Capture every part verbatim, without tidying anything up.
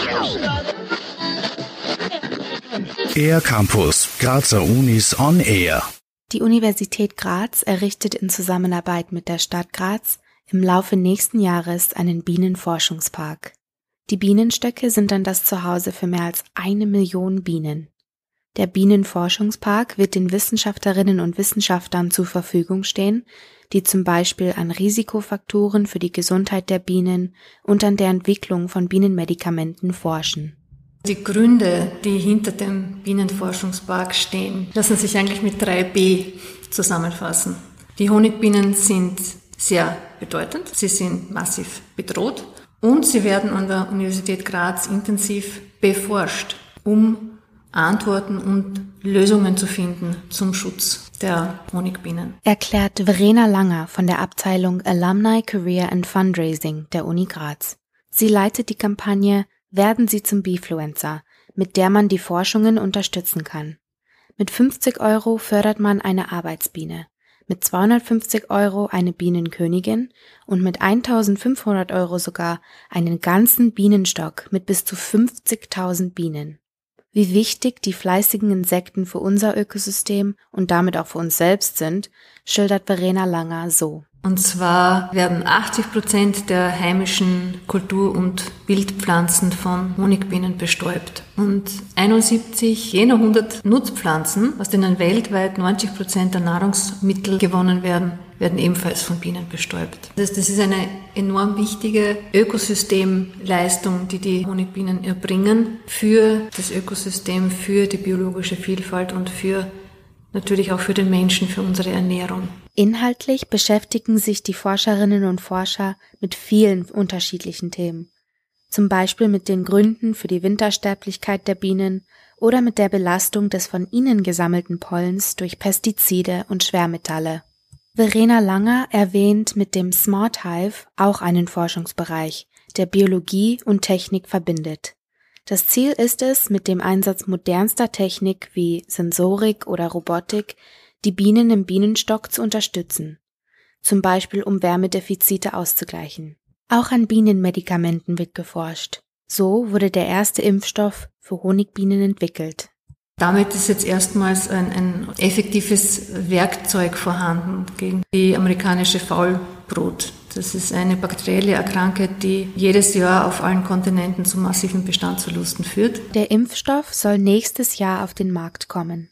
Air Campus, Grazer Unis on Air. Die Universität Graz errichtet in Zusammenarbeit mit der Stadt Graz im Laufe nächsten Jahres einen Bienenforschungspark. Die Bienenstöcke sind dann das Zuhause für mehr als eine Million Bienen. Der Bienenforschungspark wird den Wissenschaftlerinnen und Wissenschaftlern zur Verfügung stehen, die zum Beispiel an Risikofaktoren für die Gesundheit der Bienen und an der Entwicklung von Bienenmedikamenten forschen. Die Gründe, die hinter dem Bienenforschungspark stehen, lassen sich eigentlich mit drei B zusammenfassen. Die Honigbienen sind sehr bedeutend, sie sind massiv bedroht und sie werden an der Universität Graz intensiv beforscht, um Antworten und Lösungen zu finden zum Schutz der Honigbienen. Erklärt Verena Langer von der Abteilung Alumni Career and Fundraising der Uni Graz. Sie leitet die Kampagne Werden Sie zum Beefluencer, mit der man die Forschungen unterstützen kann. Mit fünfzig Euro fördert man eine Arbeitsbiene, mit zweihundertfünfzig Euro eine Bienenkönigin und mit eintausendfünfhundert Euro sogar einen ganzen Bienenstock mit bis zu fünfzigtausend Bienen. Wie wichtig die fleißigen Insekten für unser Ökosystem und damit auch für uns selbst sind, schildert Verena Langer so. Und zwar werden achtzig Prozent der heimischen Kultur- und Wildpflanzen von Honigbienen bestäubt. Und einundsiebzig jener hundert Nutzpflanzen, aus denen weltweit neunzig Prozent der Nahrungsmittel gewonnen werden, werden ebenfalls von Bienen bestäubt. Das, das ist eine enorm wichtige Ökosystemleistung, die die Honigbienen erbringen für das Ökosystem, für die biologische Vielfalt und für natürlich auch für den Menschen, für unsere Ernährung. Inhaltlich beschäftigen sich die Forscherinnen und Forscher mit vielen unterschiedlichen Themen. Zum Beispiel mit den Gründen für die Wintersterblichkeit der Bienen oder mit der Belastung des von ihnen gesammelten Pollens durch Pestizide und Schwermetalle. Verena Langer erwähnt mit dem Smart Hive auch einen Forschungsbereich, der Biologie und Technik verbindet. Das Ziel ist es, mit dem Einsatz modernster Technik wie Sensorik oder Robotik die Bienen im Bienenstock zu unterstützen, zum Beispiel um Wärmedefizite auszugleichen. Auch an Bienenmedikamenten wird geforscht. So wurde der erste Impfstoff für Honigbienen entwickelt. Damit ist jetzt erstmals ein, ein effektives Werkzeug vorhanden gegen die amerikanische Faulbrut. Das ist eine bakterielle Krankheit, die jedes Jahr auf allen Kontinenten zu massiven Bestandsverlusten führt. Der Impfstoff soll nächstes Jahr auf den Markt kommen.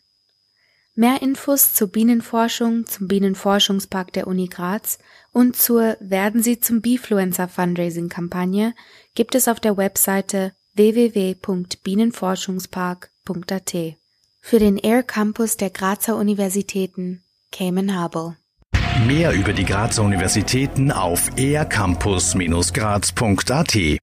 Mehr Infos zur Bienenforschung, zum Bienenforschungspark der Uni Graz und zur Werden Sie zum Beefluencer Fundraising Kampagne gibt es auf der Webseite w w w punkt bienenforschungspark punkt a t. Für den Air Campus der Grazer Universitäten, Cayman Harbor. Mehr über die Grazer Universitäten auf air campus Bindestrich graz punkt a t.